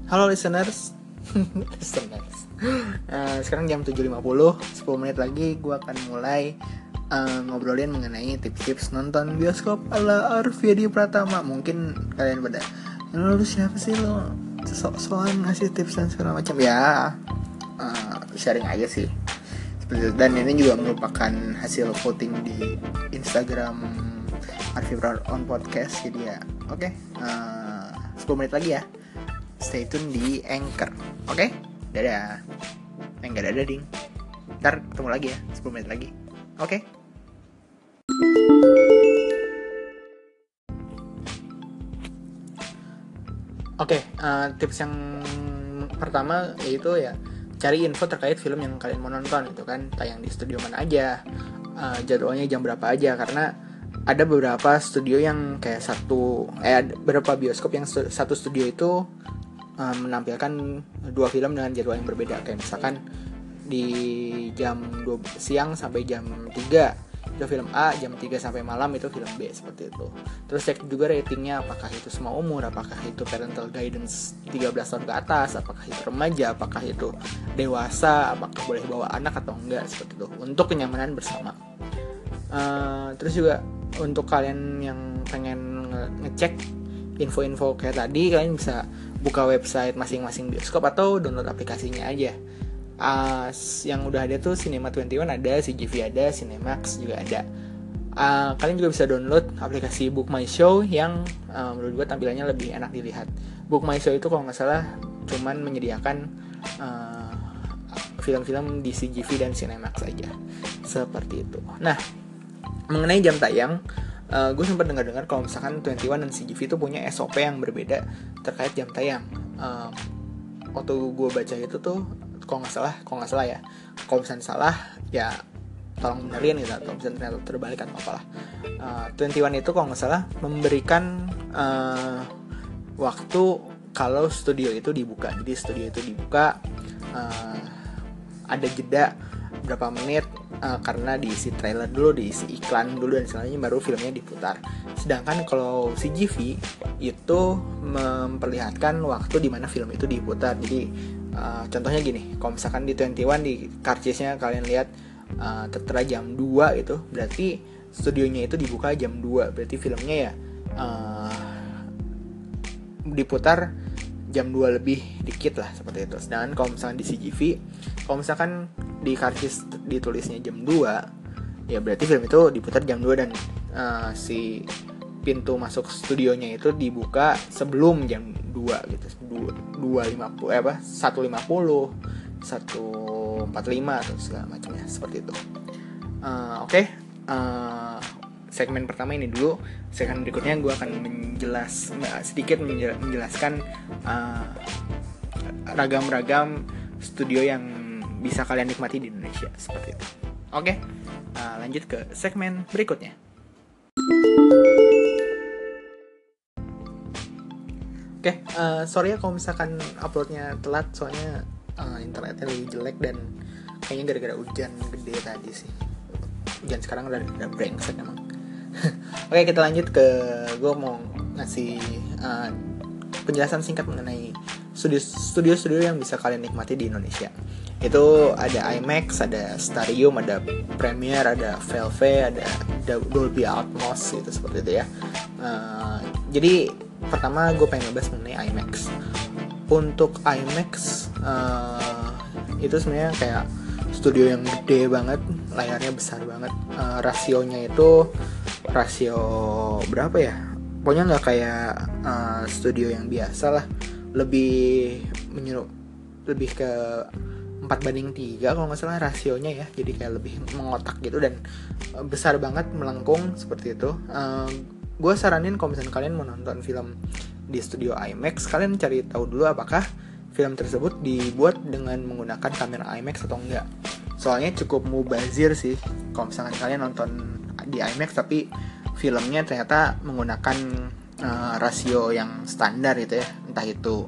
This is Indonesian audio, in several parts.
Halo listeners. Listeners. Sekarang jam 7.50, 10 menit lagi gue akan mulai ngobrolin mengenai tips-tips nonton bioskop ala Arvidi Pratama. Mungkin kalian pada, lu siapa sih lo? Sok-sokan ngasih tips dan segala macam. Ya, sharing aja sih. Seperti itu. Dan ini juga merupakan hasil voting di Instagram Arvidi on Podcast. Jadi ya, oke. 10 menit lagi ya. Stay tune di Anchor. Oke? Dadah. Enggak dadah ding. Ntar ketemu lagi ya 10 menit lagi. Oke? Oke, tips yang pertama yaitu ya cari info terkait film yang kalian mau nonton gitu kan, tayang di studio mana aja, jadwalnya jam berapa aja, karena ada beberapa studio yang kayak beberapa bioskop yang satu studio itu menampilkan dua film dengan jadwal yang berbeda. Kayak misalkan di jam 2 siang sampai jam 3 itu film A, jam 3 sampai malam itu film B, seperti itu. Terus cek juga ratingnya, apakah itu semua umur, apakah itu parental guidance 13 tahun ke atas, apakah itu remaja, apakah itu dewasa, apakah boleh bawa anak atau enggak, seperti itu, untuk kenyamanan bersama. Terus juga untuk kalian yang pengen ngecek info-info kayak tadi, kalian bisa buka website masing-masing bioskop atau download aplikasinya aja. Yang udah ada tuh Cinema 21 ada, CGV ada, Cinemax juga ada. Kalian juga bisa download aplikasi Book My Show yang menurut gue tampilannya lebih enak dilihat. Book My Show itu kalau nggak salah cuman menyediakan film-film di CGV dan Cinemax aja, seperti itu. Nah, mengenai jam tayang, gue sempat dengar kalau misalkan 21 dan CGV itu punya SOP yang berbeda terkait jam tayang. Waktu gue baca itu tuh, kalau nggak salah ya, kalau misalnya salah ya tolong benerin gitu, atau misalnya ternyata terbalik atau apalah. 21 itu kalau nggak salah memberikan waktu kalau studio itu dibuka. Jadi studio itu dibuka, ada jeda berapa menit, karena diisi trailer dulu, diisi iklan dulu, dan selanjutnya baru filmnya diputar. Sedangkan kalau CGV itu memperlihatkan waktu di mana film itu diputar. Jadi contohnya gini, kalau misalkan di 21 di karcisnya kalian lihat tertera jam 2 itu, berarti studionya itu dibuka jam 2, berarti filmnya ya diputar jam 2 lebih dikit lah, seperti itu. Sedangkan kalau misalkan di CGV, kalau misalkan di karcis ditulisnya jam 2, ya berarti film itu diputar jam 2, dan si pintu masuk studionya itu dibuka sebelum jam 2 gitu. 1.50 1.45 atau segala macamnya, seperti itu. Oke. Segmen pertama ini dulu. Segmen berikutnya gue akan sedikit menjelaskan ragam-ragam studio yang bisa kalian nikmati di Indonesia, seperti itu. Oke, lanjut ke segmen berikutnya. Oke, sorry ya kalau misalkan uploadnya telat, soalnya internetnya lagi jelek dan kayaknya gara-gara hujan gede tadi sih. Hujan sekarang udah brengsek emang. Oke, kita lanjut ke, gue mau ngasih penjelasan singkat mengenai studio-studio yang bisa kalian nikmati di Indonesia. Itu ada IMAX, ada Starium, ada Premiere, ada Velve, ada Dolby Atmos, gitu, seperti itu ya. Jadi pertama gue pengen ngebahas mengenai IMAX. Untuk IMAX itu sebenarnya kayak studio yang gede banget, layarnya besar banget, rasionya itu rasio berapa ya? Pokoknya nggak kayak studio yang biasa lah, lebih ke 4:3 kalau nggak salah rasionya ya. Jadi kayak lebih mengotak gitu dan besar banget, melengkung, seperti itu. Gue saranin kalau misalnya kalian mau nonton film di studio IMAX, kalian cari tahu dulu apakah film tersebut dibuat dengan menggunakan kamera IMAX atau enggak. Soalnya cukup mubazir sih kalau misalkan kalian nonton di IMAX tapi filmnya ternyata menggunakan rasio yang standar gitu ya, entah itu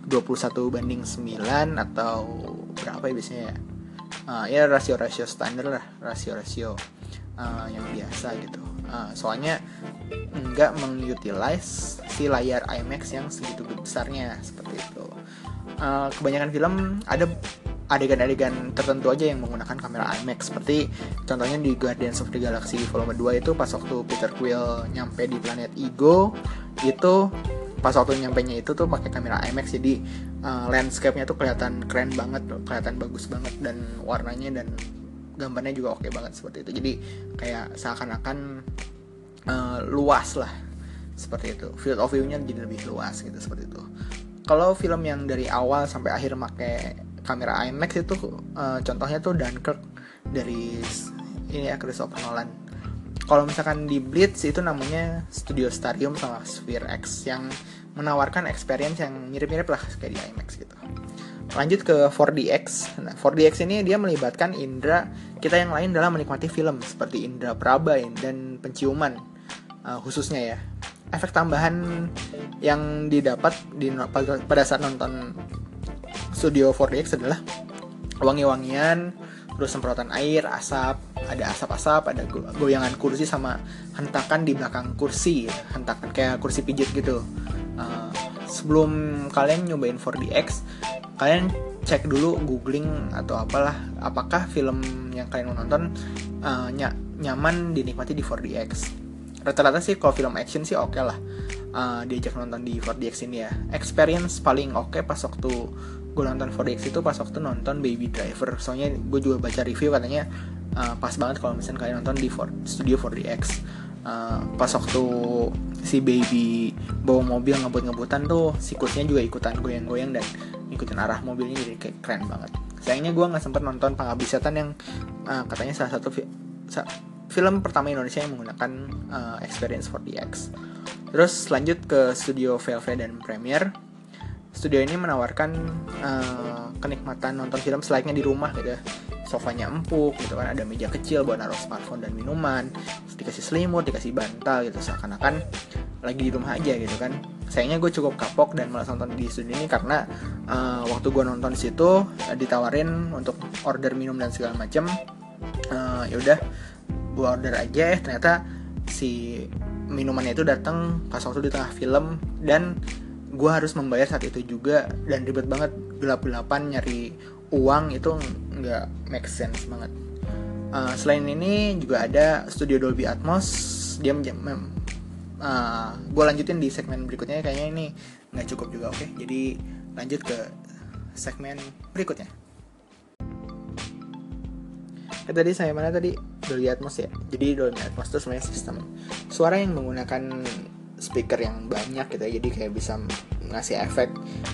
21:9 atau berapa ya biasanya ya, ya rasio standar lah, rasio yang biasa gitu. Soalnya nggak mengutilize si layar IMAX yang segitu besarnya seperti itu. Kebanyakan film ada adegan-adegan tertentu aja yang menggunakan kamera IMAX, seperti contohnya di Guardians of the Galaxy volume 2 itu pas waktu Peter Quill nyampe di planet Ego, itu pas waktu nyampenya itu tuh pakai kamera IMAX, jadi landscape-nya tuh kelihatan keren banget, kelihatan bagus banget, dan warnanya dan gambarnya juga oke banget seperti itu. Jadi kayak seakan-akan luas lah seperti itu, field of view-nya jadi lebih luas gitu seperti itu. Kalau film yang dari awal sampai akhir pakai kamera IMAX itu contohnya tuh Dunkirk dari ini ya, Christopher Nolan. Kalau misalkan di Blitz itu namanya Studio Starium sama Sphere X yang menawarkan experience yang mirip-mirip lah kayak di IMAX gitu. Lanjut ke 4DX. Nah, 4DX ini dia melibatkan indera kita yang lain dalam menikmati film, seperti indera peraba dan penciuman khususnya ya. Efek tambahan yang didapat pada saat nonton Studio 4DX adalah wangi-wangian, terus semprotan air, asap, ada asap-asap, ada goyangan kursi sama hentakan di belakang kursi, hentakan kayak kursi pijit gitu. Sebelum kalian nyobain 4DX, kalian cek dulu, googling atau apalah, apakah film yang kalian mau nonton nyaman dinikmati di 4DX. Rata-rata sih kalau film action sih oke lah diajak nonton di 4DX ini ya. Experience paling oke pas waktu gue nonton 4DX itu pas waktu nonton Baby Driver. Soalnya gue juga baca review katanya pas banget kalau misalnya kalian nonton di Studio 4DX. Pas waktu si Baby bawa mobil ngebut-ngebutan tuh, sikutnya juga ikutan goyang-goyang dan ikutin arah mobilnya, jadi kayak keren banget. Sayangnya gue nggak sempet nonton Pengabdi Setan yang katanya salah satu film pertama Indonesia yang menggunakan experience 4DX. Terus lanjut ke Studio Velvet dan Premiere. Studio ini menawarkan kenikmatan nonton film selayaknya di rumah gitu ya. Sofanya empuk gitu kan, ada meja kecil buat naruh smartphone dan minuman, terus dikasih selimut, dikasih bantal gitu, seakan-akan lagi di rumah aja gitu kan. Sayangnya gue cukup kapok dan malas nonton di studio ini karena waktu gue nonton di situ ditawarin untuk order minum dan segala macam. Ya udah, gue order aja, ternyata si minumannya itu datang pas waktu di tengah film dan gue harus membayar saat itu juga, dan ribet banget, gelap-gelapan nyari uang itu nggak make sense banget. Selain ini juga ada Studio Dolby Atmos. Dia gue lanjutin di segmen berikutnya, kayaknya ini nggak cukup juga. Oke, jadi lanjut ke segmen berikutnya. Tadi saya mana tadi? Dolby Atmos ya. Jadi Dolby Atmos itu sebenarnya sistem suara yang menggunakan speaker yang banyak gitu ya. Jadi kayak bisa ngasih efek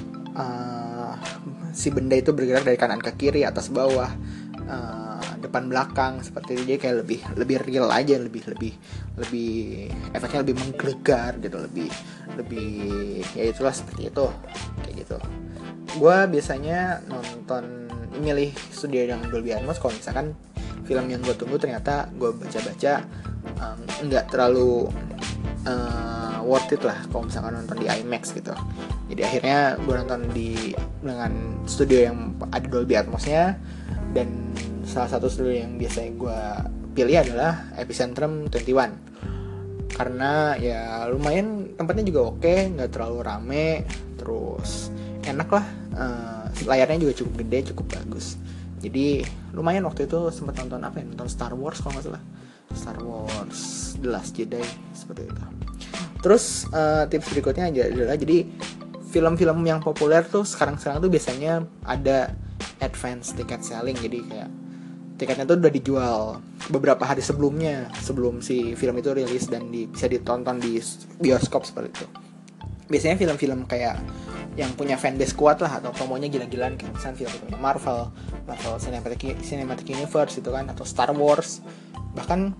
si benda itu bergerak dari kanan ke kiri, atas bawah, depan belakang seperti itu. Jadi kayak lebih real aja, lebih efeknya lebih menggelegar gitu, lebih ya itulah, seperti itu kayak gitu. Gue biasanya milih studio yang Dolby Atmos kalau misalkan film yang gue tunggu ternyata gue baca-baca nggak terlalu worth it lah kalau misalkan nonton di IMAX gitu. Jadi akhirnya gue nonton dengan studio yang ada Dolby Atmosnya, dan salah satu studio yang biasanya gue pilih adalah Epicentrum 21 karena ya lumayan tempatnya juga oke, nggak terlalu rame, terus enak lah, layarnya juga cukup gede, cukup bagus. Jadi lumayan waktu itu sempat nonton nonton Star Wars kalau nggak salah, Star Wars The Last Jedi seperti itu. Terus tips berikutnya adalah, jadi film-film yang populer tuh sekarang tuh biasanya ada advance ticket selling. Jadi kayak tiketnya tuh udah dijual beberapa hari sebelumnya, sebelum si film itu rilis dan bisa ditonton di bioskop seperti itu. Biasanya film-film kayak yang punya fanbase kuat lah, atau promonya gila-gilaan, kayak misalnya film Marvel Cinematic Universe itu kan, atau Star Wars. Bahkan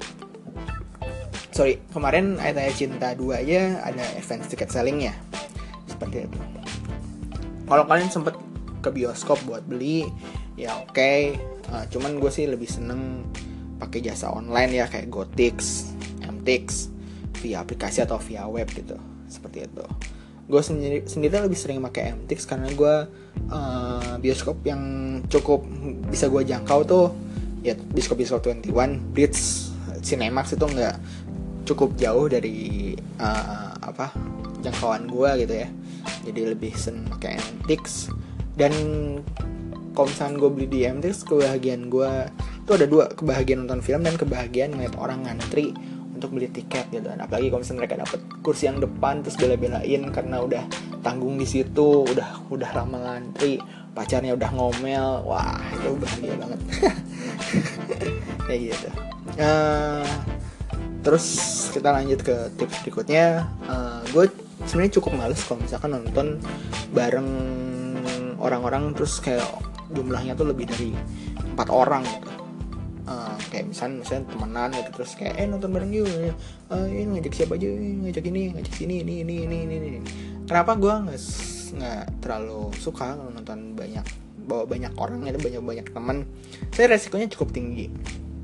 kemarin Ayat Cinta 2 aja ada advance ticket sellingnya seperti itu. Kalau kalian sempet ke bioskop buat beli ya oke. Cuman gue sih lebih seneng pakai jasa online ya, kayak Gotix, MTix, via aplikasi atau via web gitu, seperti itu. Gue sendiri lebih sering pakai MTix karena gue bioskop yang cukup bisa gue jangkau tuh ya bioskop 21, Blitz, Cinemax itu cukup jauh dari jangkauan gue gitu ya. Jadi lebih seneng pakai MTX. Dan kalau misalkan gue beli di MTX, kebahagiaan gue itu ada dua, kebahagiaan nonton film dan kebahagiaan ngeliat orang ngantri untuk beli tiket gitu. Dan apalagi kalau misalnya mereka dapet kursi yang depan terus bela-belain karena udah tanggung di situ, udah lama ngantri, pacarnya udah ngomel, wah itu bahagia banget. Kayak gitu. Terus kita lanjut ke tips berikutnya. Gue sebenarnya cukup males kalau misalkan nonton bareng orang-orang terus kayak jumlahnya tuh lebih dari 4 orang gitu. Kayak misalnya temenan gitu, terus kayak nonton bareng yuk, ini ngajak siapa aja, ngajak ini, ngajak sini, ini. Kenapa gue nggak terlalu suka kalau nonton bawa banyak orang itu, banyak teman. Saya resikonya cukup tinggi.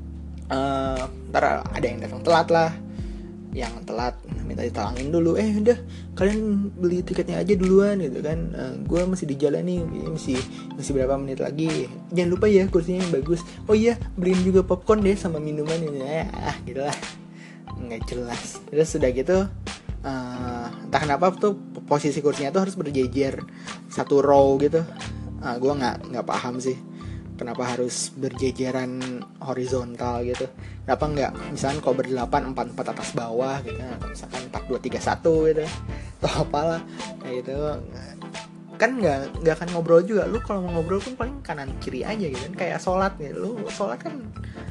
Ntar ada yang datang telat lah, yang telat minta ditalangin dulu, udah kalian beli tiketnya aja duluan gitu kan, gue masih di jalan nih, masih berapa menit lagi, jangan lupa ya kursinya yang bagus, oh iya beliin juga popcorn deh sama minuman ini, gitu lah, nggak jelas. Terus sudah gitu entah kenapa tuh posisi kursinya tuh harus berjejer satu row gitu. Gue nggak paham sih kenapa harus berjejeran horizontal gitu. Kenapa nggak misalkan kalau berdelapan 4 atas bawah gitu, atau misalkan 4 2 3 1 gitu, atau apalah kayak gitu. Kan nggak akan ngobrol juga. Lu kalau mau ngobrol pun paling kanan kiri aja gitu kan, kayak sholat gitu. Lu sholat kan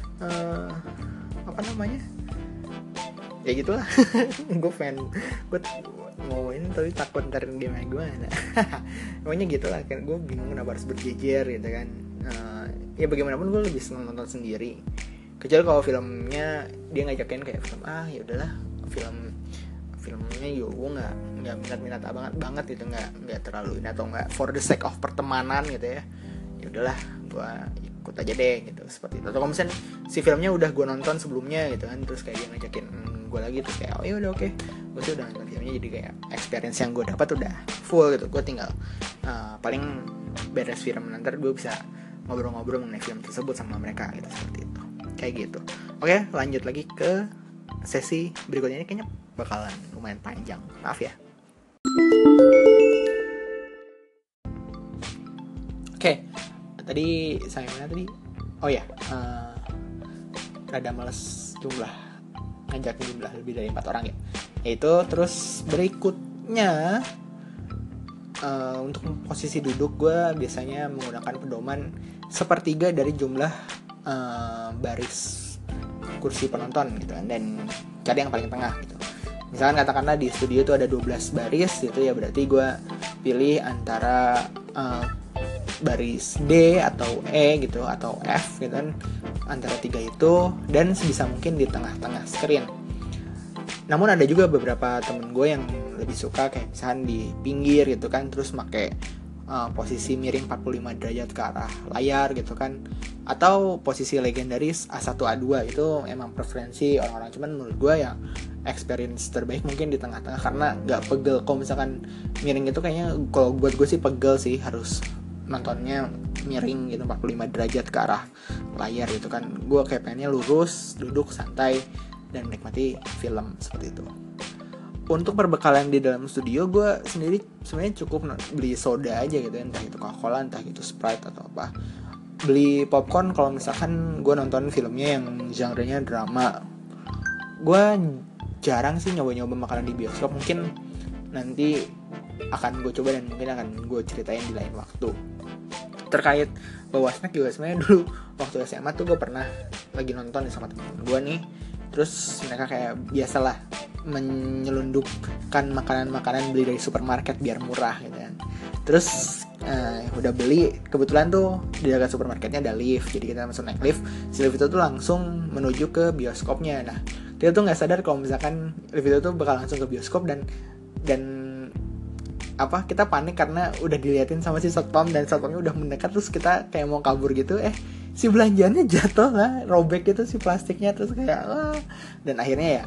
ya gitulah. gue mau ini tapi takut ntar gimana. Pokoknya gitulah kan, gue bingung kenapa harus berjejer gitu kan. Ya bagaimanapun gue lebih senang nonton sendiri, kecuali kalau filmnya dia ngajakin kayak film ya udahlah, filmnya yo gue nggak minat banget gitu, nggak terlalu ini, atau nggak for the sake of pertemanan gitu ya udahlah gue ikut aja deh gitu, seperti itu. Atau kalau misalnya si filmnya udah gue nonton sebelumnya gitu kan, terus kayak dia ngajakin gue lagi, terus kayak ya udah oke, gue sih udah nonton filmnya, jadi kayak experience yang gue dapat udah full gitu. Gue tinggal paling beres film nanti gue bisa ngobrol-ngobrol mengenai film tersebut sama mereka gitu, seperti itu, kayak gitu. Oke, lanjut lagi ke sesi berikutnya. Ini kayaknya bakalan lumayan panjang, maaf ya. Oke, tadi saya mana tadi? Oh ya, rada males ngajak jumlah lebih dari 4 orang ya. Yaitu terus berikutnya, untuk posisi duduk gue biasanya menggunakan pedoman sepertiga dari jumlah baris kursi penonton gitu kan, dan cari yang paling tengah gitu. Misalkan katakanlah di studio itu ada 12 baris gitu ya, berarti gue pilih antara baris D atau E gitu atau F gitu kan, antara 3 itu, dan sebisa mungkin di tengah-tengah screen. Namun ada juga beberapa temen gue yang lebih suka kayak misalkan di pinggir gitu kan, terus pakai posisi miring 45 derajat ke arah layar gitu kan, atau posisi legendaris A1 A2. Itu emang preferensi orang-orang, cuman menurut gue ya experience terbaik mungkin di tengah-tengah, karena gak pegel. Kalau misalkan miring itu kayaknya, kalau buat gue sih pegel sih, harus nontonnya miring gitu 45 derajat ke arah layar gitu kan. Gue kayak pengennya lurus, duduk santai dan menikmati film seperti itu. Untuk perbekalan di dalam studio, gue sendiri sebenarnya cukup beli soda aja gitu, entah itu Coca-Cola, entah itu Sprite atau apa. Beli popcorn kalau misalkan gue nonton filmnya yang genre-nya drama. Gue jarang sih nyoba-nyoba makanan di bioskop. Mungkin nanti akan gue coba dan mungkin akan gue ceritain di lain waktu. Terkait bawa snack juga, sebenarnya dulu waktu SMA tuh gue pernah lagi nonton sama temen gue nih, terus mereka kayak biasalah menyelundupkan makanan-makanan beli dari supermarket biar murah gitu kan. Terus udah beli, kebetulan tuh di dekat supermarketnya ada lift, jadi kita langsung naik lift. Si lift itu tuh langsung menuju ke bioskopnya. Nah, kita tuh nggak sadar kalau misalkan lift itu tuh bakal langsung ke bioskop, dan kita panik karena udah diliatin sama si satpam, dan satpamnya udah mendekat, terus kita kayak mau kabur gitu, si belanjaannya jatuh lah, robek gitu si plastiknya, terus kayak dan akhirnya ya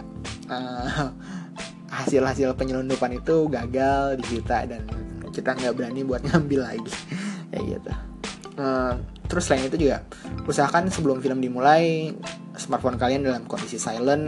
hasil penyelundupan itu gagal disita, dan kita nggak berani buat ngambil lagi kayak gitu. Terus selain itu juga usahakan sebelum film dimulai smartphone kalian dalam kondisi silent,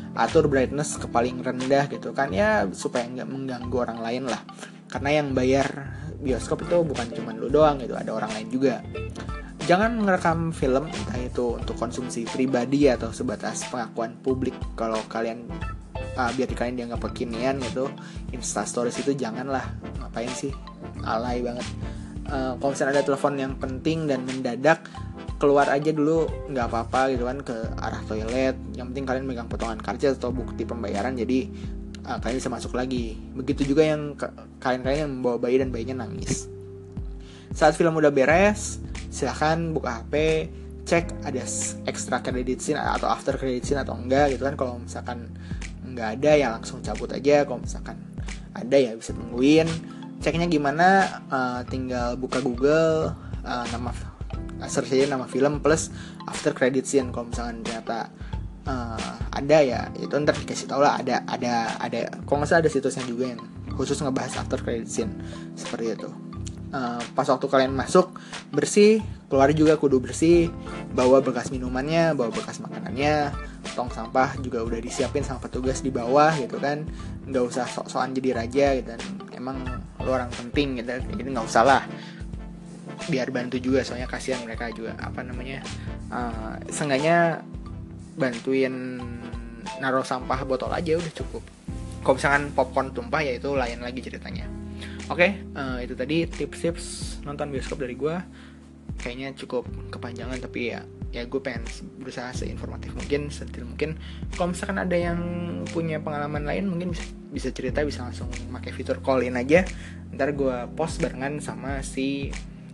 atur brightness ke paling rendah gitu kan ya, supaya nggak mengganggu orang lain lah, karena yang bayar bioskop itu bukan cuma lu doang gitu, ada orang lain juga. Jangan ngerekam film entah itu untuk konsumsi pribadi atau sebatas pengakuan publik. Kalau kalian biar kalian dianggap kekinian gitu, Insta Stories itu janganlah, ngapain sih, alay banget. Kalau misalnya ada telepon yang penting dan mendadak, keluar aja dulu, nggak apa-apa gitu kan, ke arah toilet. Yang penting kalian megang potongan karcis atau bukti pembayaran, jadi kalian bisa masuk lagi. Begitu juga yang kalian yang membawa bayi dan bayinya nangis. Saat film udah beres, silahkan buka HP, cek ada extra credit scene atau after credit scene atau enggak gitu kan. Kalau misalkan nggak ada ya langsung cabut aja. Kalau misalkan ada ya bisa tungguin. Ceknya gimana? Tinggal buka Google, search aja nama film plus after credit scene. Kalau misalkan ternyata ada ya itu ntar dikasih tau lah, ada kalau nggak salah ada situsnya juga yang khusus ngebahas after credit scene seperti itu. Pas waktu kalian masuk, bersih, keluar juga kudu bersih, bawa bekas minumannya, bawa bekas makanannya, tong sampah juga udah disiapin sama petugas di bawah gitu kan. Nggak usah sok-sokan jadi raja gitu kan, emang lu orang penting gitu, jadi nggak usah lah, biar bantu juga, soalnya kasihan mereka juga seenggaknya bantuin naruh sampah botol aja udah cukup. Kalau misalkan popcorn tumpah ya itu lain lagi ceritanya. Oke, itu tadi tips-tips nonton bioskop dari gue. Kayaknya cukup kepanjangan, tapi ya gue pengen berusaha seinformatif mungkin, sedetail mungkin. Kalau misalkan ada yang punya pengalaman lain mungkin bisa cerita, bisa langsung pakai fitur call in aja. Ntar gue post barengan sama si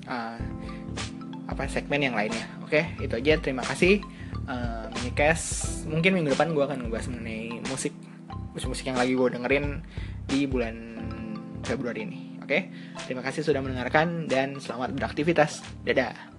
segmen yang lainnya. Oke, itu aja. Terima kasih. Minicast mungkin minggu depan gue akan ngebahas mengenai musik yang lagi gue dengerin di bulan Februari ini. Oke, terima kasih sudah mendengarkan dan selamat beraktivitas. Dadah.